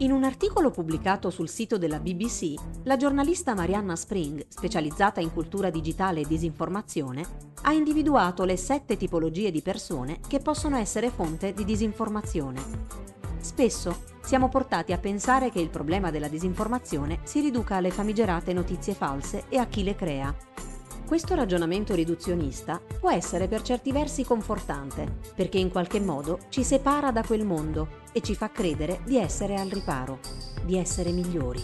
In un articolo pubblicato sul sito della BBC, la giornalista Marianna Spring, specializzata in cultura digitale e disinformazione, ha individuato le 7 tipologie di persone che possono essere fonte di disinformazione. Spesso siamo portati a pensare che il problema della disinformazione si riduca alle famigerate notizie false e a chi le crea. Questo ragionamento riduzionista può essere per certi versi confortante, perché in qualche modo ci separa da quel mondo e ci fa credere di essere al riparo, di essere migliori.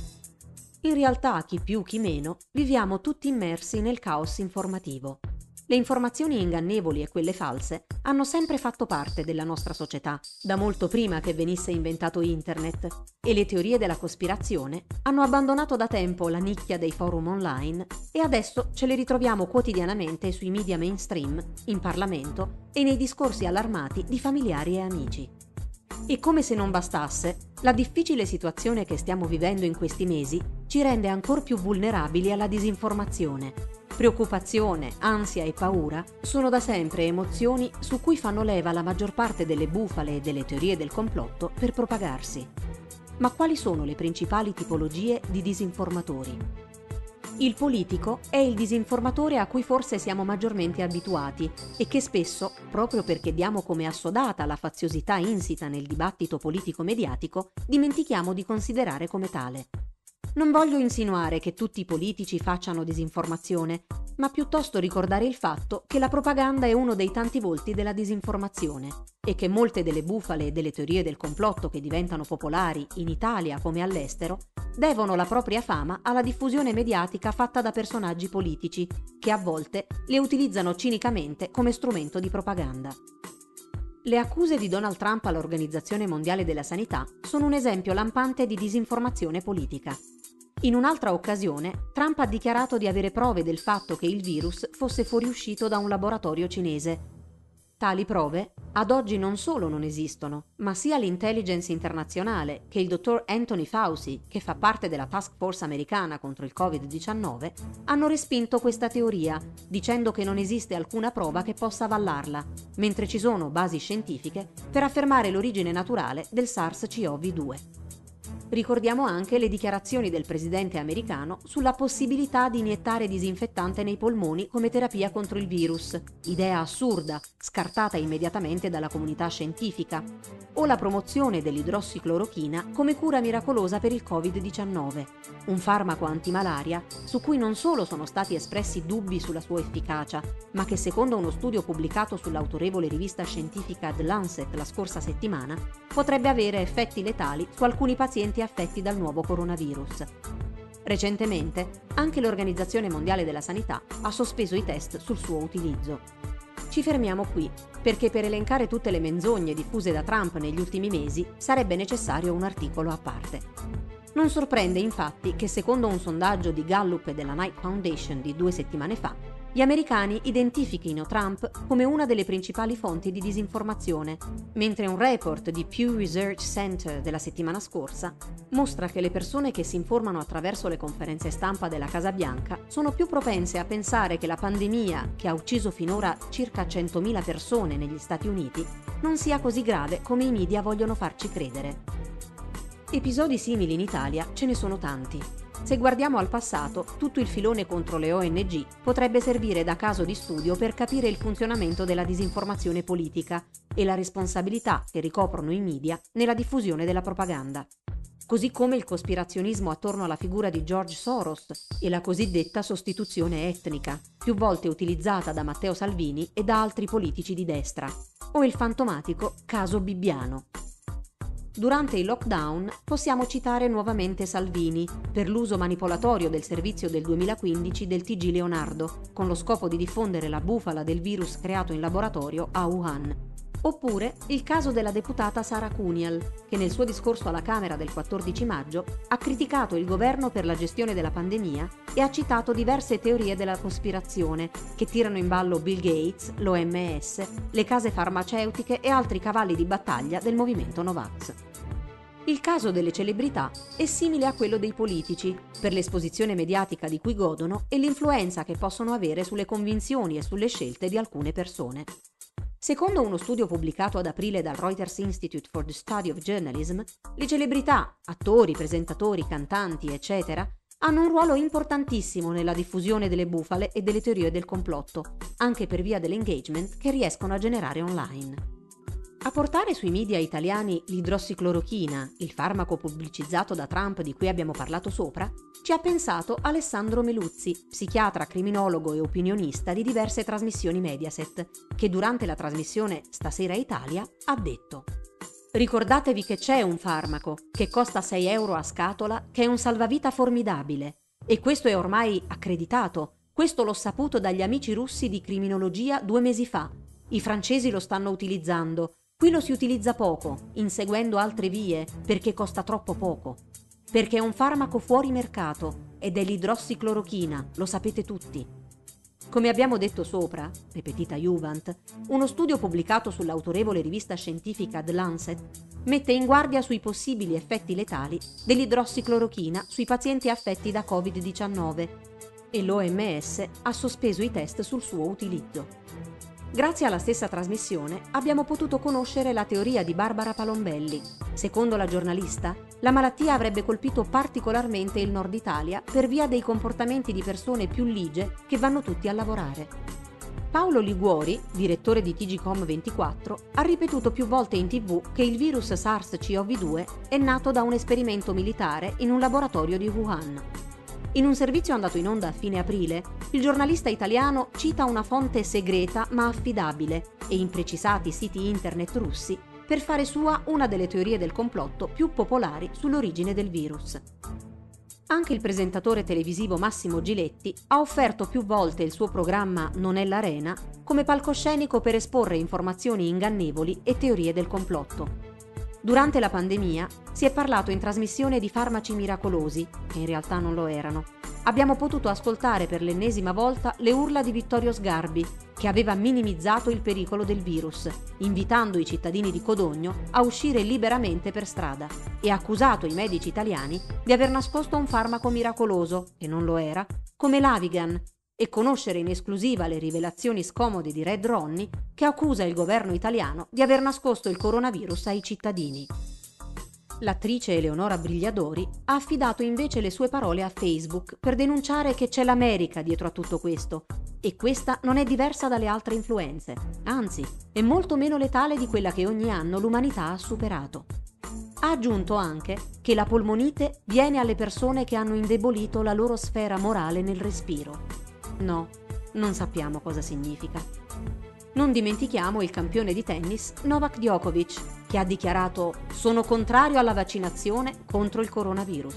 In realtà, chi più chi meno, viviamo tutti immersi nel caos informativo. Le informazioni ingannevoli e quelle false hanno sempre fatto parte della nostra società, da molto prima che venisse inventato Internet, e le teorie della cospirazione hanno abbandonato da tempo la nicchia dei forum online e adesso ce le ritroviamo quotidianamente sui media mainstream, in Parlamento e nei discorsi allarmati di familiari e amici. E come se non bastasse, la difficile situazione che stiamo vivendo in questi mesi ci rende ancor più vulnerabili alla disinformazione. Preoccupazione, ansia e paura sono da sempre emozioni su cui fanno leva la maggior parte delle bufale e delle teorie del complotto per propagarsi. Ma quali sono le principali tipologie di disinformatori? Il politico è il disinformatore a cui forse siamo maggiormente abituati e che spesso, proprio perché diamo come assodata la faziosità insita nel dibattito politico-mediatico, dimentichiamo di considerare come tale. Non voglio insinuare che tutti i politici facciano disinformazione, ma piuttosto ricordare il fatto che la propaganda è uno dei tanti volti della disinformazione e che molte delle bufale e delle teorie del complotto che diventano popolari in Italia come all'estero devono la propria fama alla diffusione mediatica fatta da personaggi politici che a volte le utilizzano cinicamente come strumento di propaganda. Le accuse di Donald Trump all'Organizzazione Mondiale della Sanità sono un esempio lampante di disinformazione politica. In un'altra occasione, Trump ha dichiarato di avere prove del fatto che il virus fosse fuoriuscito da un laboratorio cinese. Tali prove, ad oggi non solo non esistono, ma sia l'intelligence internazionale che il dottor Anthony Fauci, che fa parte della task force americana contro il Covid-19, hanno respinto questa teoria, dicendo che non esiste alcuna prova che possa avallarla, mentre ci sono basi scientifiche per affermare l'origine naturale del SARS-CoV-2. Ricordiamo anche le dichiarazioni del presidente americano sulla possibilità di iniettare disinfettante nei polmoni come terapia contro il virus, idea assurda, scartata immediatamente dalla comunità scientifica, o la promozione dell'idrossiclorochina come cura miracolosa per il Covid-19, un farmaco antimalaria su cui non solo sono stati espressi dubbi sulla sua efficacia, ma che secondo uno studio pubblicato sull'autorevole rivista scientifica The Lancet la scorsa settimana, potrebbe avere effetti letali su alcuni pazienti affetti dal nuovo coronavirus. Recentemente, anche l'Organizzazione Mondiale della Sanità ha sospeso i test sul suo utilizzo. Ci fermiamo qui, perché per elencare tutte le menzogne diffuse da Trump negli ultimi mesi sarebbe necessario un articolo a parte. Non sorprende infatti che secondo un sondaggio di Gallup e della Knight Foundation di 2 settimane fa, gli americani identifichino Trump come una delle principali fonti di disinformazione, mentre un report di Pew Research Center della settimana scorsa mostra che le persone che si informano attraverso le conferenze stampa della Casa Bianca sono più propense a pensare che la pandemia, che ha ucciso finora circa 100.000 persone negli Stati Uniti, non sia così grave come i media vogliono farci credere. Episodi simili in Italia ce ne sono tanti. Se guardiamo al passato, tutto il filone contro le ONG potrebbe servire da caso di studio per capire il funzionamento della disinformazione politica e la responsabilità che ricoprono i media nella diffusione della propaganda. Così come il cospirazionismo attorno alla figura di George Soros e la cosiddetta sostituzione etnica, più volte utilizzata da Matteo Salvini e da altri politici di destra, o il fantomatico caso Bibbiano. Durante il lockdown possiamo citare nuovamente Salvini per l'uso manipolatorio del servizio del 2015 del TG Leonardo, con lo scopo di diffondere la bufala del virus creato in laboratorio a Wuhan. Oppure il caso della deputata Sara Cunial, che nel suo discorso alla Camera del 14 maggio ha criticato il governo per la gestione della pandemia e ha citato diverse teorie della cospirazione che tirano in ballo Bill Gates, l'OMS, le case farmaceutiche e altri cavalli di battaglia del movimento Novax. Il caso delle celebrità è simile a quello dei politici, per l'esposizione mediatica di cui godono e l'influenza che possono avere sulle convinzioni e sulle scelte di alcune persone. Secondo uno studio pubblicato ad aprile dal Reuters Institute for the Study of Journalism, le celebrità, attori, presentatori, cantanti, eccetera, hanno un ruolo importantissimo nella diffusione delle bufale e delle teorie del complotto, anche per via dell'engagement che riescono a generare online. A portare sui media italiani l'idrossiclorochina, il farmaco pubblicizzato da Trump di cui abbiamo parlato sopra, ci ha pensato Alessandro Meluzzi, psichiatra, criminologo e opinionista di diverse trasmissioni Mediaset, che durante la trasmissione Stasera Italia ha detto: ricordatevi che c'è un farmaco che costa 6 euro a scatola, che è un salvavita formidabile. E questo è ormai accreditato. Questo l'ho saputo dagli amici russi di criminologia 2 mesi fa. I francesi lo stanno utilizzando. Qui lo si utilizza poco, inseguendo altre vie, perché costa troppo poco. Perché è un farmaco fuori mercato ed è l'idrossiclorochina, lo sapete tutti. Come abbiamo detto sopra, ripetita Juvent, uno studio pubblicato sull'autorevole rivista scientifica The Lancet mette in guardia sui possibili effetti letali dell'idrossiclorochina sui pazienti affetti da Covid-19 e l'OMS ha sospeso i test sul suo utilizzo. Grazie alla stessa trasmissione abbiamo potuto conoscere la teoria di Barbara Palombelli. Secondo la giornalista, la malattia avrebbe colpito particolarmente il nord Italia per via dei comportamenti di persone più ligie che vanno tutti a lavorare. Paolo Liguori, direttore di TGCOM24, ha ripetuto più volte in TV che il virus SARS-CoV-2 è nato da un esperimento militare in un laboratorio di Wuhan. In un servizio andato in onda a fine aprile, il giornalista italiano cita una fonte segreta ma affidabile e imprecisati siti internet russi per fare sua una delle teorie del complotto più popolari sull'origine del virus. Anche il presentatore televisivo Massimo Giletti ha offerto più volte il suo programma Non è l'Arena come palcoscenico per esporre informazioni ingannevoli e teorie del complotto. Durante la pandemia si è parlato in trasmissione di farmaci miracolosi, che in realtà non lo erano. Abbiamo potuto ascoltare per l'ennesima volta le urla di Vittorio Sgarbi, che aveva minimizzato il pericolo del virus, invitando i cittadini di Codogno a uscire liberamente per strada, e ha accusato i medici italiani di aver nascosto un farmaco miracoloso, che non lo era, come l'Avigan, e conoscere in esclusiva le rivelazioni scomode di Red Ronnie, che accusa il governo italiano di aver nascosto il coronavirus ai cittadini. L'attrice Eleonora Brigliadori ha affidato invece le sue parole a Facebook per denunciare che c'è l'America dietro a tutto questo, e questa non è diversa dalle altre influenze, anzi, è molto meno letale di quella che ogni anno l'umanità ha superato. Ha aggiunto anche che la polmonite viene alle persone che hanno indebolito la loro sfera morale nel respiro. No, non sappiamo cosa significa. Non dimentichiamo il campione di tennis Novak Djokovic, che ha dichiarato: sono contrario alla vaccinazione contro il coronavirus.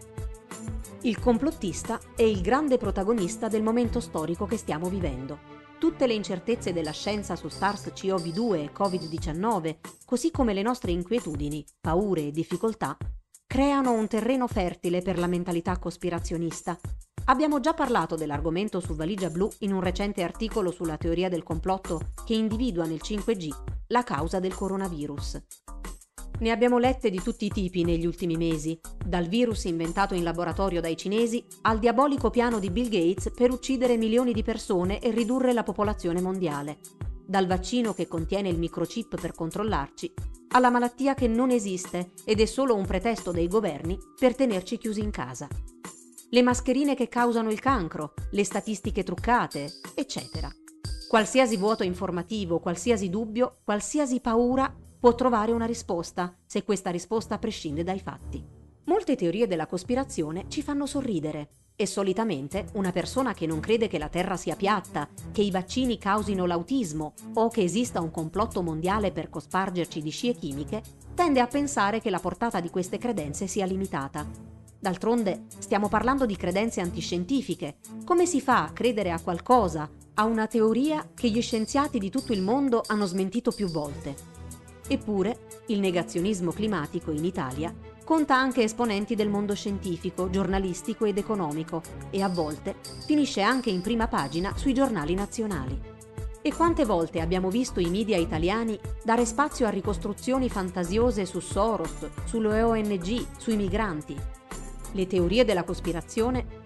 Il complottista è il grande protagonista del momento storico che stiamo vivendo. Tutte le incertezze della scienza su SARS-CoV-2 e Covid-19, così come le nostre inquietudini, paure e difficoltà, creano un terreno fertile per la mentalità cospirazionista. Abbiamo già parlato dell'argomento su Valigia Blu in un recente articolo sulla teoria del complotto che individua nel 5G la causa del coronavirus. Ne abbiamo lette di tutti i tipi negli ultimi mesi, dal virus inventato in laboratorio dai cinesi al diabolico piano di Bill Gates per uccidere milioni di persone e ridurre la popolazione mondiale, dal vaccino che contiene il microchip per controllarci, alla malattia che non esiste ed è solo un pretesto dei governi per tenerci chiusi in casa. Le mascherine che causano il cancro, le statistiche truccate, eccetera. Qualsiasi vuoto informativo, qualsiasi dubbio, qualsiasi paura può trovare una risposta, se questa risposta prescinde dai fatti. Molte teorie della cospirazione ci fanno sorridere e solitamente una persona che non crede che la Terra sia piatta, che i vaccini causino l'autismo o che esista un complotto mondiale per cospargerci di scie chimiche, tende a pensare che la portata di queste credenze sia limitata. D'altronde stiamo parlando di credenze antiscientifiche. Come si fa a credere a qualcosa, a una teoria che gli scienziati di tutto il mondo hanno smentito più volte? Eppure, il negazionismo climatico in Italia conta anche esponenti del mondo scientifico, giornalistico ed economico e a volte finisce anche in prima pagina sui giornali nazionali. E quante volte abbiamo visto i media italiani dare spazio a ricostruzioni fantasiose su Soros, sulle ONG, sui migranti? Le teorie della cospirazione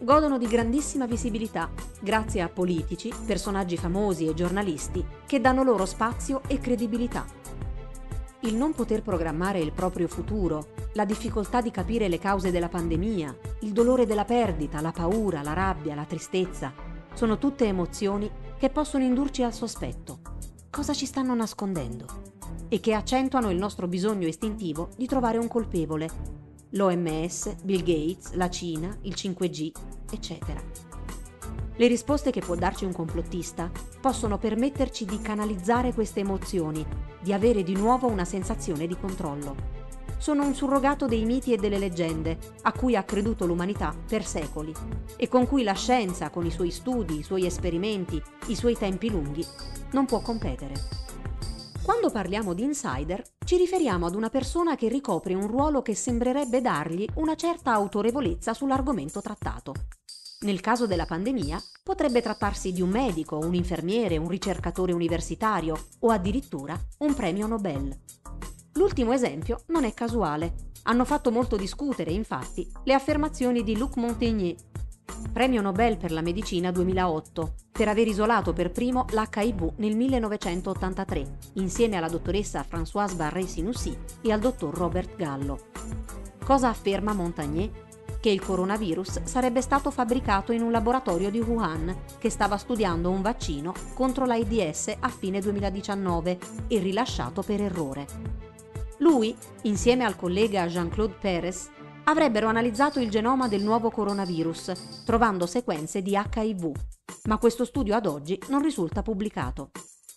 godono di grandissima visibilità grazie a politici, personaggi famosi e giornalisti che danno loro spazio e credibilità. Il non poter programmare il proprio futuro, la difficoltà di capire le cause della pandemia, il dolore della perdita, la paura, la rabbia, la tristezza, sono tutte emozioni che possono indurci al sospetto. Cosa ci stanno nascondendo? E che accentuano il nostro bisogno istintivo di trovare un colpevole. L'OMS, Bill Gates, la Cina, il 5G, eccetera. Le risposte che può darci un complottista possono permetterci di canalizzare queste emozioni, di avere di nuovo una sensazione di controllo. Sono un surrogato dei miti e delle leggende a cui ha creduto l'umanità per secoli e con cui la scienza, con i suoi studi, i suoi esperimenti, i suoi tempi lunghi, non può competere. Quando parliamo di insider, ci riferiamo ad una persona che ricopre un ruolo che sembrerebbe dargli una certa autorevolezza sull'argomento trattato. Nel caso della pandemia, potrebbe trattarsi di un medico, un infermiere, un ricercatore universitario o addirittura un premio Nobel. L'ultimo esempio non è casuale. Hanno fatto molto discutere, infatti, le affermazioni di Luc Montagnier, premio Nobel per la medicina 2008, per aver isolato per primo l'HIV nel 1983, insieme alla dottoressa Françoise Barré-Sinoussi e al dottor Robert Gallo. Cosa afferma Montagnier? Che il coronavirus sarebbe stato fabbricato in un laboratorio di Wuhan che stava studiando un vaccino contro l'AIDS a fine 2019 e rilasciato per errore. Lui, insieme al collega Jean-Claude Pérez, avrebbero analizzato il genoma del nuovo coronavirus, trovando sequenze di HIV, ma questo studio ad oggi non risulta pubblicato.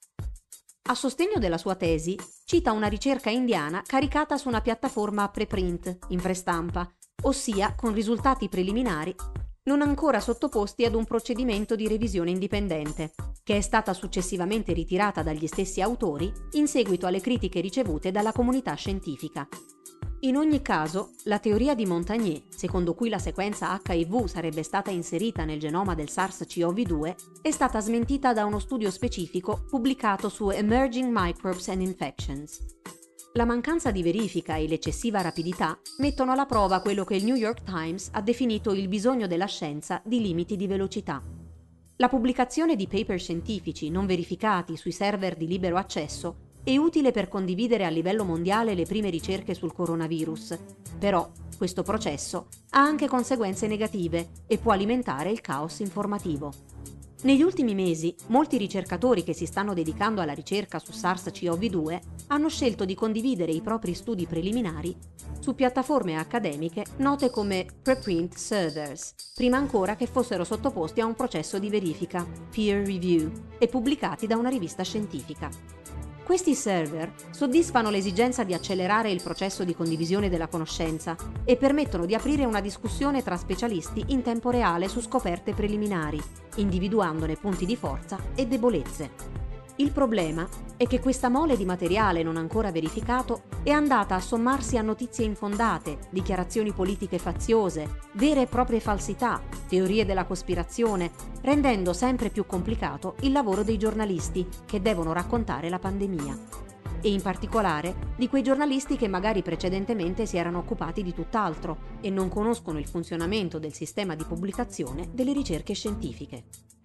A sostegno della sua tesi, cita una ricerca indiana caricata su una piattaforma preprint, in prestampa, ossia con risultati preliminari non ancora sottoposti ad un procedimento di revisione indipendente, che è stata successivamente ritirata dagli stessi autori in seguito alle critiche ricevute dalla comunità scientifica. In ogni caso, la teoria di Montagnier, secondo cui la sequenza HIV sarebbe stata inserita nel genoma del SARS-CoV-2, è stata smentita da uno studio specifico pubblicato su Emerging Microbes and Infections. La mancanza di verifica e l'eccessiva rapidità mettono alla prova quello che il New York Times ha definito il bisogno della scienza di limiti di velocità. La pubblicazione di paper scientifici non verificati sui server di libero accesso è utile per condividere a livello mondiale le prime ricerche sul coronavirus, però questo processo ha anche conseguenze negative e può alimentare il caos informativo. Negli ultimi mesi, molti ricercatori che si stanno dedicando alla ricerca su SARS-CoV-2 hanno scelto di condividere i propri studi preliminari su piattaforme accademiche note come preprint servers, prima ancora che fossero sottoposti a un processo di verifica, peer review, e pubblicati da una rivista scientifica. Questi server soddisfano l'esigenza di accelerare il processo di condivisione della conoscenza e permettono di aprire una discussione tra specialisti in tempo reale su scoperte preliminari, individuandone punti di forza e debolezze. Il problema è che questa mole di materiale non ancora verificato è andata a sommarsi a notizie infondate, dichiarazioni politiche faziose, vere e proprie falsità, teorie della cospirazione, rendendo sempre più complicato il lavoro dei giornalisti che devono raccontare la pandemia. E in particolare di quei giornalisti che magari precedentemente si erano occupati di tutt'altro e non conoscono il funzionamento del sistema di pubblicazione delle ricerche scientifiche.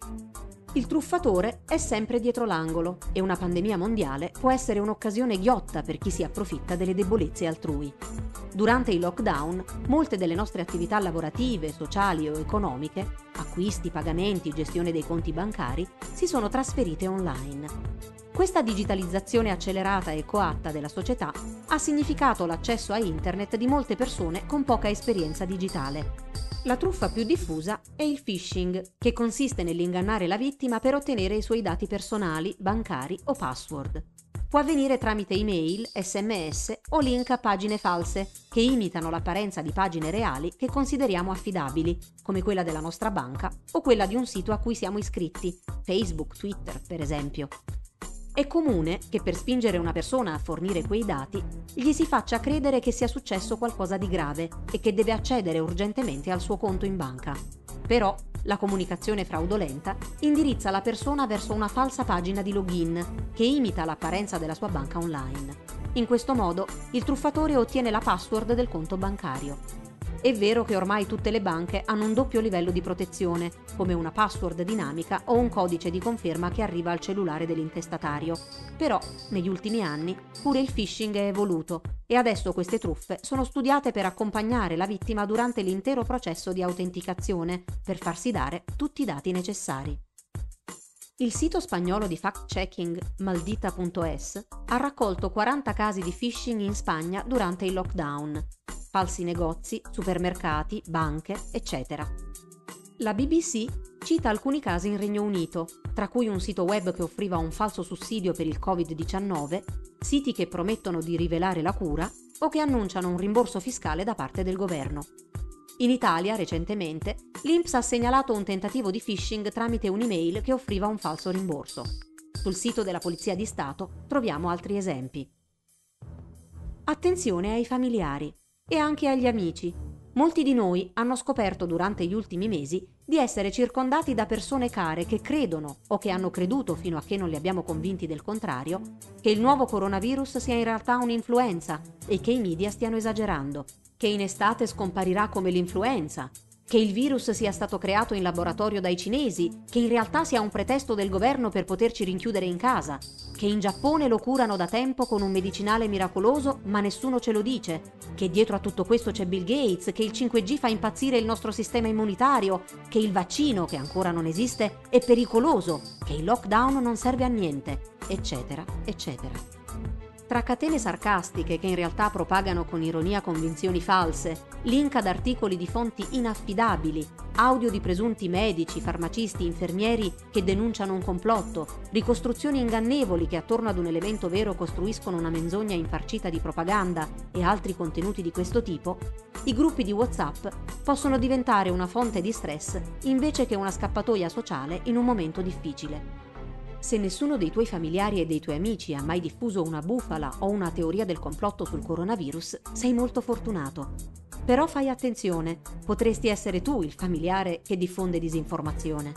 Il truffatore è sempre dietro l'angolo e una pandemia mondiale può essere un'occasione ghiotta per chi si approfitta delle debolezze altrui. Durante i lockdown, molte delle nostre attività lavorative, sociali o economiche, acquisti, pagamenti, gestione dei conti bancari, si sono trasferite online. Questa digitalizzazione accelerata e coatta della società ha significato l'accesso a internet di molte persone con poca esperienza digitale. La truffa più diffusa è il phishing, che consiste nell'ingannare la vittima per ottenere i suoi dati personali, bancari o password. Può avvenire tramite email, SMS o link a pagine false che imitano l'apparenza di pagine reali che consideriamo affidabili, come quella della nostra banca o quella di un sito a cui siamo iscritti, Facebook, Twitter, per esempio. È comune che per spingere una persona a fornire quei dati gli si faccia credere che sia successo qualcosa di grave e che deve accedere urgentemente al suo conto in banca. Però la comunicazione fraudolenta indirizza la persona verso una falsa pagina di login che imita l'apparenza della sua banca online. In questo modo il truffatore ottiene la password del conto bancario. È vero che ormai tutte le banche hanno un doppio livello di protezione, come una password dinamica o un codice di conferma che arriva al cellulare dell'intestatario. Però, negli ultimi anni, pure il phishing è evoluto e adesso queste truffe sono studiate per accompagnare la vittima durante l'intero processo di autenticazione, per farsi dare tutti i dati necessari. Il sito spagnolo di fact-checking maldita.es ha raccolto 40 casi di phishing in Spagna durante il lockdown. Falsi negozi, supermercati, banche, eccetera. La BBC cita alcuni casi in Regno Unito, tra cui un sito web che offriva un falso sussidio per il Covid-19, siti che promettono di rivelare la cura o che annunciano un rimborso fiscale da parte del governo. In Italia, recentemente, l'INPS ha segnalato un tentativo di phishing tramite un'email che offriva un falso rimborso. Sul sito della Polizia di Stato troviamo altri esempi. Attenzione ai familiari e anche agli amici. Molti di noi hanno scoperto durante gli ultimi mesi di essere circondati da persone care che credono, o che hanno creduto fino a che non li abbiamo convinti del contrario, che il nuovo coronavirus sia in realtà un'influenza e che i media stiano esagerando, che in estate scomparirà come l'influenza, che il virus sia stato creato in laboratorio dai cinesi, che in realtà sia un pretesto del governo per poterci rinchiudere in casa, che in Giappone lo curano da tempo con un medicinale miracoloso ma nessuno ce lo dice, che dietro a tutto questo c'è Bill Gates, che il 5G fa impazzire il nostro sistema immunitario, che il vaccino, che ancora non esiste, è pericoloso, che il lockdown non serve a niente, eccetera, eccetera. Tra catene sarcastiche che in realtà propagano con ironia convinzioni false, link ad articoli di fonti inaffidabili, audio di presunti medici, farmacisti, infermieri che denunciano un complotto, ricostruzioni ingannevoli che attorno ad un elemento vero costruiscono una menzogna infarcita di propaganda e altri contenuti di questo tipo, i gruppi di WhatsApp possono diventare una fonte di stress invece che una scappatoia sociale in un momento difficile. Se nessuno dei tuoi familiari e dei tuoi amici ha mai diffuso una bufala o una teoria del complotto sul coronavirus, sei molto fortunato. Però fai attenzione, potresti essere tu il familiare che diffonde disinformazione.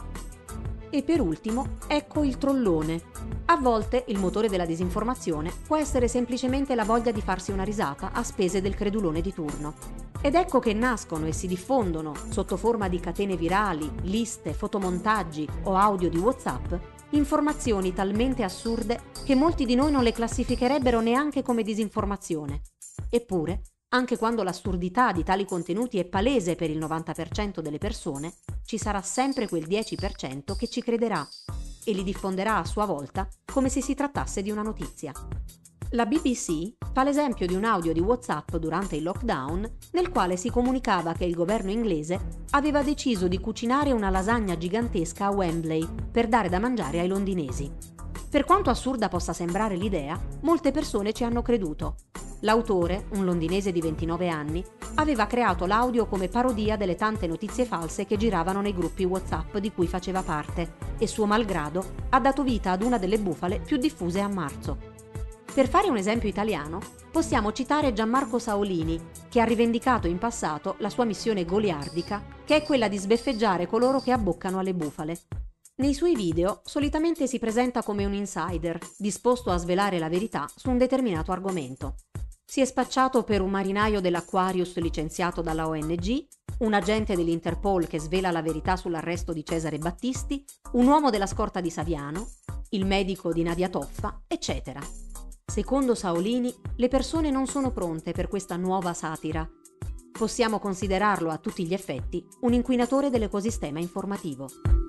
E per ultimo, ecco il trollone. A volte il motore della disinformazione può essere semplicemente la voglia di farsi una risata a spese del credulone di turno. Ed ecco che nascono e si diffondono, sotto forma di catene virali, liste, fotomontaggi o audio di WhatsApp, informazioni talmente assurde che molti di noi non le classificherebbero neanche come disinformazione. Eppure, anche quando l'assurdità di tali contenuti è palese per il 90% delle persone, ci sarà sempre quel 10% che ci crederà e li diffonderà a sua volta come se si trattasse di una notizia. La BBC fa l'esempio di un audio di WhatsApp durante il lockdown nel quale si comunicava che il governo inglese aveva deciso di cucinare una lasagna gigantesca a Wembley per dare da mangiare ai londinesi. Per quanto assurda possa sembrare l'idea, molte persone ci hanno creduto. L'autore, un londinese di 29 anni, aveva creato l'audio come parodia delle tante notizie false che giravano nei gruppi WhatsApp di cui faceva parte e suo malgrado ha dato vita ad una delle bufale più diffuse a marzo. Per fare un esempio italiano, possiamo citare Gianmarco Saolini, che ha rivendicato in passato la sua missione goliardica, che è quella di sbeffeggiare coloro che abboccano alle bufale. Nei suoi video solitamente si presenta come un insider, disposto a svelare la verità su un determinato argomento. Si è spacciato per un marinaio dell'Aquarius licenziato dalla ONG, un agente dell'Interpol che svela la verità sull'arresto di Cesare Battisti, un uomo della scorta di Saviano, il medico di Nadia Toffa, eccetera. Secondo Saolini, le persone non sono pronte per questa nuova satira. Possiamo considerarlo a tutti gli effetti un inquinatore dell'ecosistema informativo.